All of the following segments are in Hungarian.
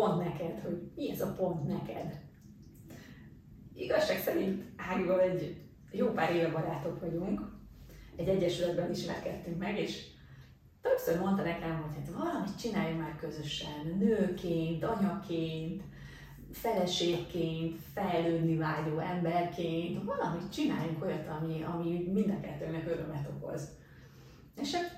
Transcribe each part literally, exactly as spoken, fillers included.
pont neked, hogy mi ez a pont neked. Igazság szerint Ágival egy jó pár éve barátok vagyunk, egy egyesületben ismerkedtünk meg, és többször mondta nekem, hogy hát valamit csináljunk már közösen, nőként, anyaként, feleségként, fejlődni vágyó emberként, valamit csináljunk olyat, ami, ami mind a kettőnek örömet okoz. És hát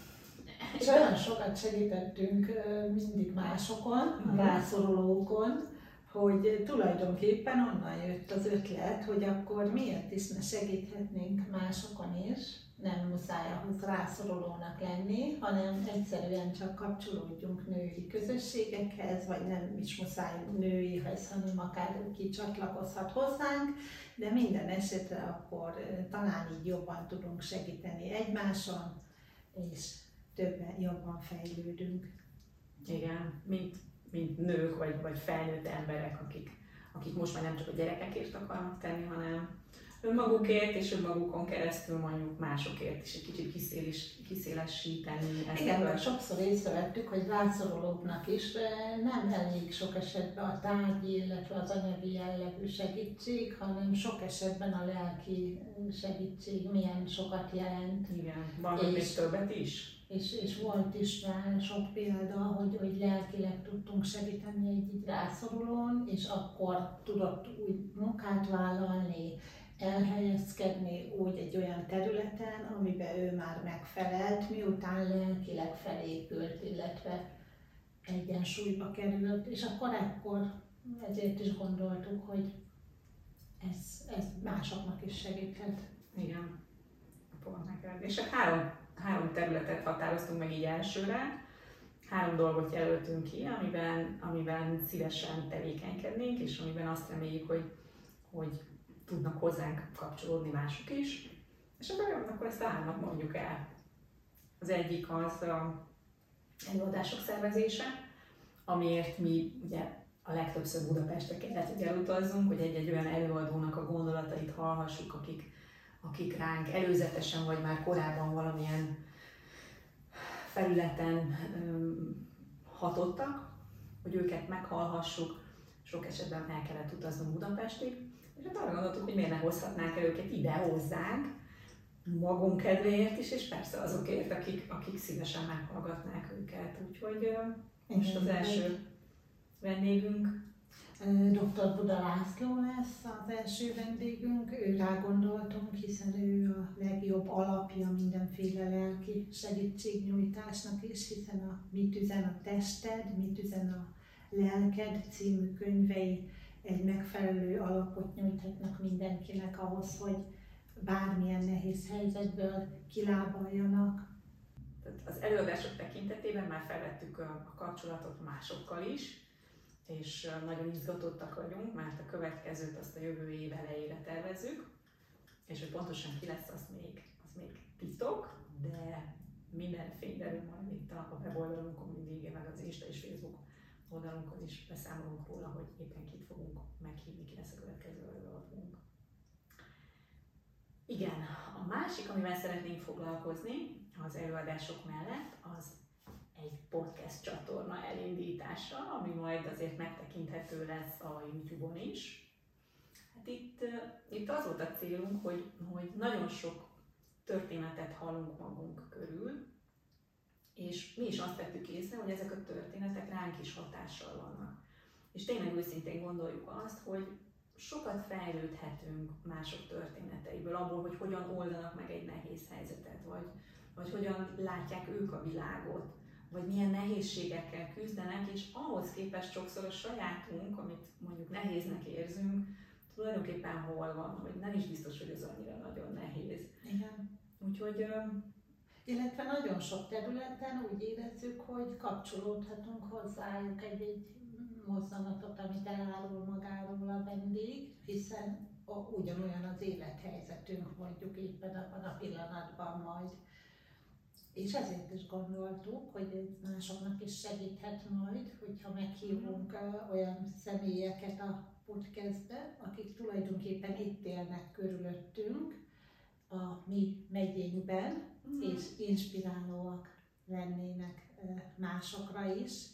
És olyan sokat segítettünk mindig másokon, a rászorulókon, hogy tulajdonképpen onnan jött az ötlet, hogy akkor miért is ne segíthetnénk másokon is, nem muszáj ahhoz rászorulónak lenni, hanem egyszerűen csak kapcsolódjunk női közösségekhez, vagy nem is muszáj nőihez, hanem akár ki csatlakozhat hozzánk, de minden esetre akkor talán így jobban tudunk segíteni egymáson, és többen jobban fejlődünk. Igen, mint, mint nők vagy, vagy felnőtt emberek, akik, akik most már nem csak a gyerekekért akarnak tenni, hanem önmagukért és önmagukon keresztül mondjuk másokért is egy kicsit kiszéles, kiszélesíteni. Igen, mert sokszor észrevettük, hogy rászorulóknak is nem elég sok esetben a tárgyi, illetve az anyagi jellegű segítség, hanem sok esetben a lelki segítség milyen sokat jelent. Igen, van és, még többet is. És, és volt is rá sok példa, hogy, hogy lelkileg tudtunk segíteni egy így rászorulón, és akkor tudott úgy munkát vállalni, elhelyezkedni úgy egy olyan területen, amiben ő már megfelelt, miután lelkileg felépült, illetve egyensúlyba került, és akkor ekkor ezért is gondoltuk, hogy ez, ez másoknak is segíthet. Igen, pont neked. És három, három területet határoztunk meg így elsőre, három dolgot jelöltünk ki, amiben, amiben szívesen tevékenykednénk, és amiben azt reméljük, hogy, hogy tudnak hozzánk kapcsolódni mások is, és akkor, akkor ezt a hármat mondjuk el. Az egyik az a előadások szervezése, amiért mi ugye a legtöbbször Budapestre kellett, hogy elutazzunk, hogy egy-egy olyan előadónak a gondolatait hallhassuk, akik, akik ránk előzetesen vagy már korábban valamilyen felületen öm, hatottak, hogy őket meghallhassuk. Sok esetben el kellett utaznunk Budapestig, és hát arra gondoltuk, hogy miért ne hozhatnánk el őket ide hozzánk, magunk kedvéért is, és persze azokért, akik, akik szívesen meghallgatnák őket. Úgyhogy most az első vendégünk. doktor Buda László lesz az első vendégünk, őrá gondoltunk, hiszen ő a legjobb alapja mindenféle lelki segítségnyújtásnak is, hiszen a Mit üzen a tested, Mit üzen a lelked című könyvei egy megfelelő alapot nyújthatnak mindenkinek ahhoz, hogy bármilyen nehéz helyzetből kilábaljanak. Az előadások tekintetében már felvettük a kapcsolatot másokkal is, és nagyon izgatottak vagyunk, mert a következőt azt a jövő év elejére tervezzük, és hogy pontosan ki lesz, az még, az még titok, de minden fény derül majd itt a weboldalunkon mindig, meg az Insta és Facebook oldalunkon is beszámolunk róla, hogy éppen kit fogunk meghívni, ki lesz a következő előadónk. Igen, a másik, amivel szeretnénk foglalkozni az előadások mellett, az egy podcast csatorna elindítása, ami majd azért megtekinthető lesz a YouTube-on is. Hát itt, itt az volt a célunk, hogy, hogy nagyon sok történetet hallunk magunk körül, és mi is azt vettük észre, hogy ezek a történetek ránk is hatással vannak. És tényleg őszintén gondoljuk azt, hogy sokat fejlődhetünk mások történeteiből, abból, hogy hogyan oldanak meg egy nehéz helyzetet, vagy, vagy hogyan látják ők a világot, vagy milyen nehézségekkel küzdenek, és ahhoz képest sokszor a sajátunk, amit mondjuk nehéznek érzünk, tulajdonképpen hol van, hogy nem is biztos, hogy az annyira nagyon nehéz. Igen. Úgyhogy... Illetve nagyon sok területen úgy érezzük, hogy kapcsolódhatunk hozzájuk egy-egy mozzanatot, amit elárul magáról a vendég, hiszen ugyanolyan az élethelyzetünk mondjuk éppen abban a pillanatban majd. És ezért is gondoltuk, hogy ez másoknak is segíthet majd, hogyha meghívunk olyan személyeket a podcastbe, akik tulajdonképpen itt élnek körülöttünk, a mi megyénkben, mm. és inspirálóak lennének másokra is.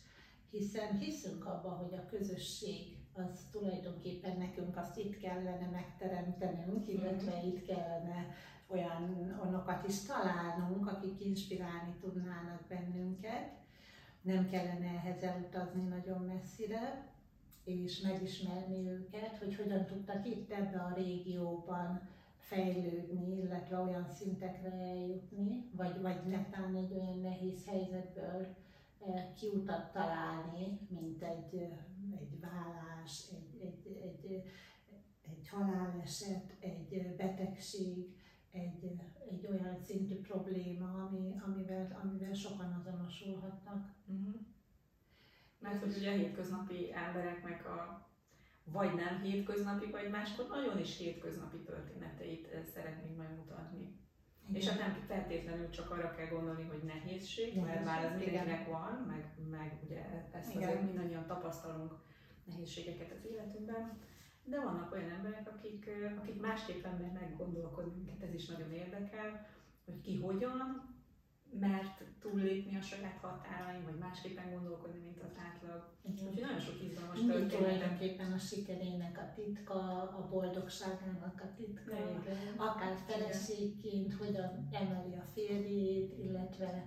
hiszen hiszünk abban, hogy a közösség az tulajdonképpen nekünk azt itt kellene megteremtenünk, illetve itt kellene olyan onokat is találnunk, akik inspirálni tudnának bennünket. Nem kellene ehhez elutazni nagyon messzire, és megismerni őket, hogy hogyan tudtak itt ebbe a régióban fejlődni, illetve olyan szintekre eljutni, vagy, vagy netán egy olyan nehéz helyzetből kiutat találni, mint egy, egy vállás, egy, egy, egy, egy haláleset, egy betegség, egy, egy olyan szintű probléma, ami, amivel, amivel sokan azonosulhatnak. Uh-huh. Mert hogy ugye a hétköznapi embereknek a vagy nem hétköznapi, vagy máskor nagyon is hétköznapi történeteit szeretnénk megmutatni. Igen. És hát nem feltétlenül csak arra kell gondolni, hogy nehézség, nehézség mert már ez mindenkinek van, meg, meg ugye ezt igen. azért mindannyian tapasztalunk nehézségeket az életünkben. De vannak olyan emberek, akik, akik másképpen mernek gondolkodni, minket ez is nagyon érdekel, hogy ki hogyan, mert túllépni a saját határain, vagy másképpen gondolkodni, mint az átlag. Úgyhogy nagyon sok izgalmas történet. Tulajdonképpen a sikerének a titka, a boldogságának a titka, igen. Akár feleségként, hogyan emeli a férjét, illetve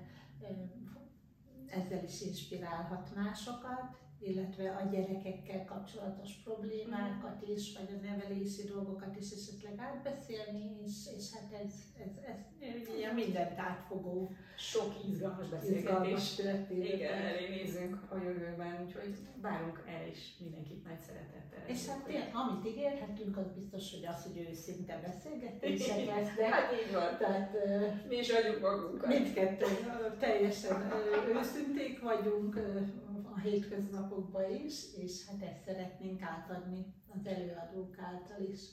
ezzel is inspirálhat másokat, illetve a gyerekekkel kapcsolatos problémákat is, vagy a nevelési dolgokat is esetleg átbeszélni, és, és hát ez, ez, ez ilyen mindent átfogó. Sok izgalmas beszélgetés. Igen, elé nézzünk a jövőben, úgyhogy várunk el is mindenkit nagy szeretettel. És hát én, amit ígérhetünk, az biztos, hogy az, hogy őszinte beszélgetések lesznek. Hát így van. Tehát, mi is adjuk magunkat. Mindketten teljesen őszinték vagyunk a hétköznapokban is, és hát ezt szeretnénk átadni az előadók által is.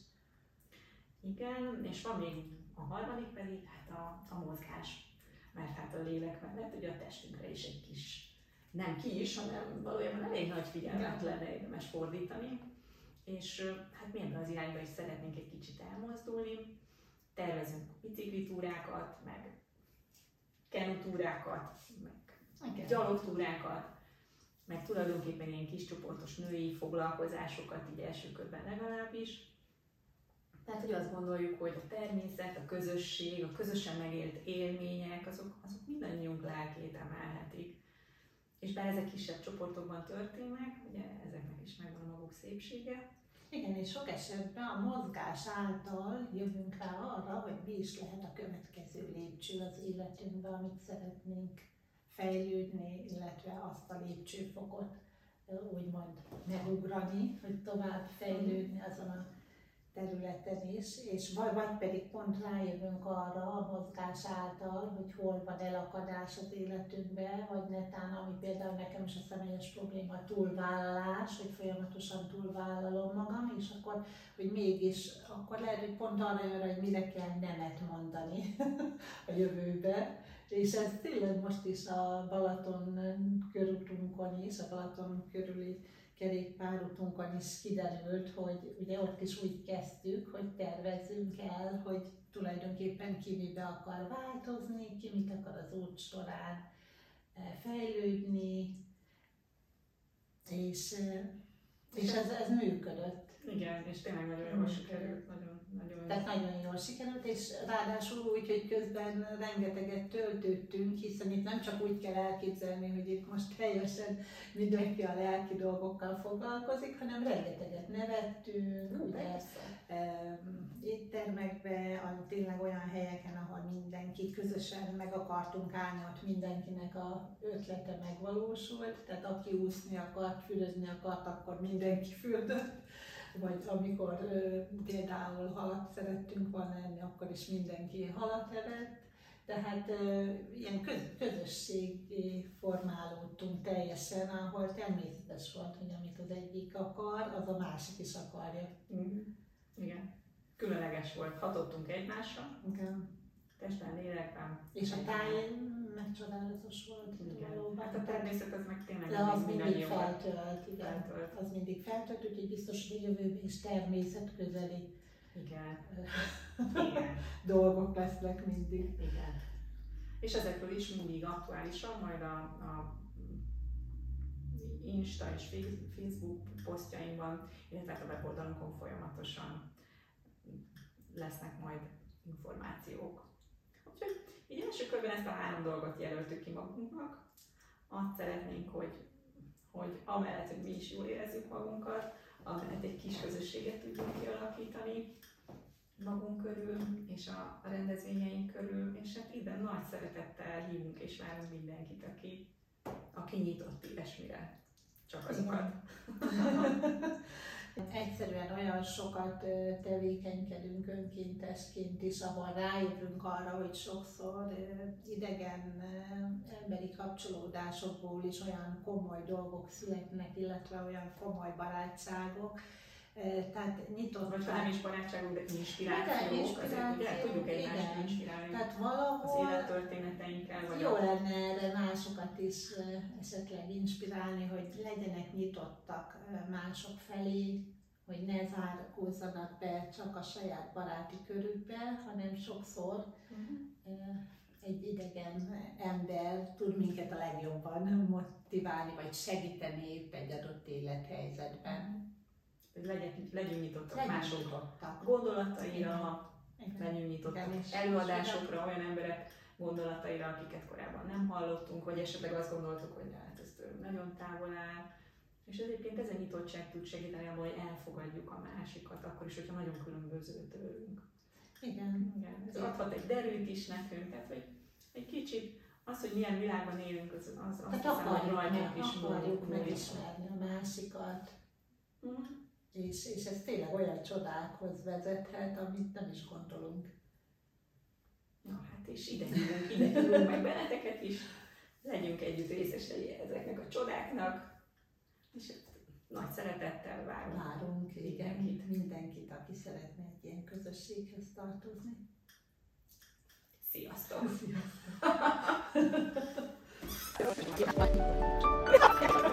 Igen, és van még a harmadik pedig hát a, a mozgás. Mert hát a lélek mellett ugye a testünkre is egy kis, nem kis, hanem valójában elég nagy figyelmet lenne érdemes fordítani. És hát mi ebben az irányba is szeretnénk egy kicsit elmozdulni. Tervezünk biciklitúrákat, meg kenutúrákat, meg okay. gyalogtúrákat, meg tulajdonképpen ilyen kis csoportos női foglalkozásokat, így első körben legalábbis. Tehát, hogy azt gondoljuk, hogy a természet, a közösség, a közösen megélt élmények, azok, azok mindannyiunk lelkét emelhetik. És bár ezek kisebb csoportokban történnek, ugye ezeknek is megvan a maguk szépsége. Igen, és sok esetben a mozgás által jövünk rá arra, hogy mi is lehet a következő lépcső az életünkben, amit szeretnénk fejlődni, illetve azt a lépcsőfokot úgymond megugrani, hogy tovább fejlődni azon a területen is, és vagy, vagy pedig pont rájövünk arra a mozgás által, hogy hol van elakadás az életünkben, vagy netán, ami például nekem is a személyes probléma, a túlvállalás, hogy folyamatosan túlvállalom magam, és akkor, hogy mégis, akkor lehet, hogy pont arra jön, hogy mire kell nemet mondani a jövőbe. És ez tényleg most is a Balaton körútunkon is, a Balaton körüli kerékpárutunkon is kiderült, hogy ugye ott is úgy kezdtük, hogy tervezzünk el, hogy tulajdonképpen ki mibe akar változni, ki mit akar az út során fejlődni, és, és ez, ez működött. Igen, és tényleg nagyon jól sikerült, nagyon, nagyon Tehát nagyon jól sikerült, és ráadásul úgy, hogy közben rengeteget töltöttünk, hiszen itt nem csak úgy kell elképzelni, hogy itt most teljesen mindenki a lelki dolgokkal foglalkozik, hanem rengeteget nevettünk, no, ugye, éttermekben, tényleg olyan helyeken, ahol mindenki közösen meg akartunk állni, ott mindenkinek a ötlete megvalósult, tehát aki úszni akart, fürödni akart, akkor mindenki fürdött. Vagy amikor ö, például halat szerettünk volna enni, akkor is mindenki halat evett. Tehát ö, ilyen köz, közösségé formálódtunk teljesen, ahol természetes volt, hogy amit az egyik akar, az a másik is akarja. Mm. Igen. Különleges volt, hatottunk egymásra. Igen. Testben, lélekben. És a táj megcsodálatos volt. Igen. Hát a természet az meg tényleg de az mindig feltölt, igen. Feltölt. Az mindig feltölt, úgyhogy biztos, hogy a jövőben is természetközeli igen. Igen. dolgok lesznek mindig. Igen. És ezekről is mindig aktuálisan, majd a, a Insta és Facebook posztjainkban, illetve a weboldalunkon folyamatosan lesznek majd információk. Úgyhogy így első körben ezt a három dolgot jelöltük ki magunknak. Azt szeretnénk, hogy, hogy amellett, hogy mi is jól érezzük magunkat, amellett egy kis közösséget tudjunk kialakítani magunk körül és a rendezvényeink körül, és hát ide nagy szeretettel hívunk és várunk mindenkit, aki, aki nyitott ilyesmire. Csak azokat. Egyszerűen olyan sokat tevékenykedünk önkéntesként is, ahol rájövünk arra, hogy sokszor idegen emberi kapcsolódásokból is olyan komoly dolgok születnek, illetve olyan komoly barátságok. Tehát nyitott. Vagy ha nem is barátságok, de inspirációk, inspirációk, azért ugye tudjuk egymást inspirálni. Tehát valahol az élettörténeteinkkel. Vagy jó a... lenne erre másokat is esetleg inspirálni, hogy legyenek nyitottak mások felé, hogy ne zárkózzanak be csak a saját baráti körükbe, hanem sokszor uh-huh. egy idegen ember tud minket a legjobban motiválni, vagy segíteni épp egy adott élethelyzetben. Legyek, legyünk nyitottak legyünk mások nyitottak. gondolataira, legyünk nyitottak előadásokra, olyan emberek gondolataira, akiket korábban nem hallottunk, vagy esetleg azt gondoltuk, hogy hát ez nagyon távol áll. És egyébként ez a nyitottság tud segíteni abban, hogy elfogadjuk a másikat, akkor is, hogyha nagyon különböző tőlünk. Igen. Igen. Ez adhat egy derült is nekünk, tehát hogy egy kicsit az, hogy milyen világban élünk, az, az azt hiszem, hogy rajtunk is akarjuk megismerni a másikat. Mm. És, és ez tényleg olyan csodákhoz vezethet, amit nem is gondolunk. Na hát, és ide hívunk, ide hívunk meg benneteket is, legyünk együtt részesei ezeknek a csodáknak, és nagy szeretettel várunk. Várunk, igen, mindenkit. mindenkit, aki szeretne egy ilyen közösséghez tartozni. Sziasztok! Sziasztok!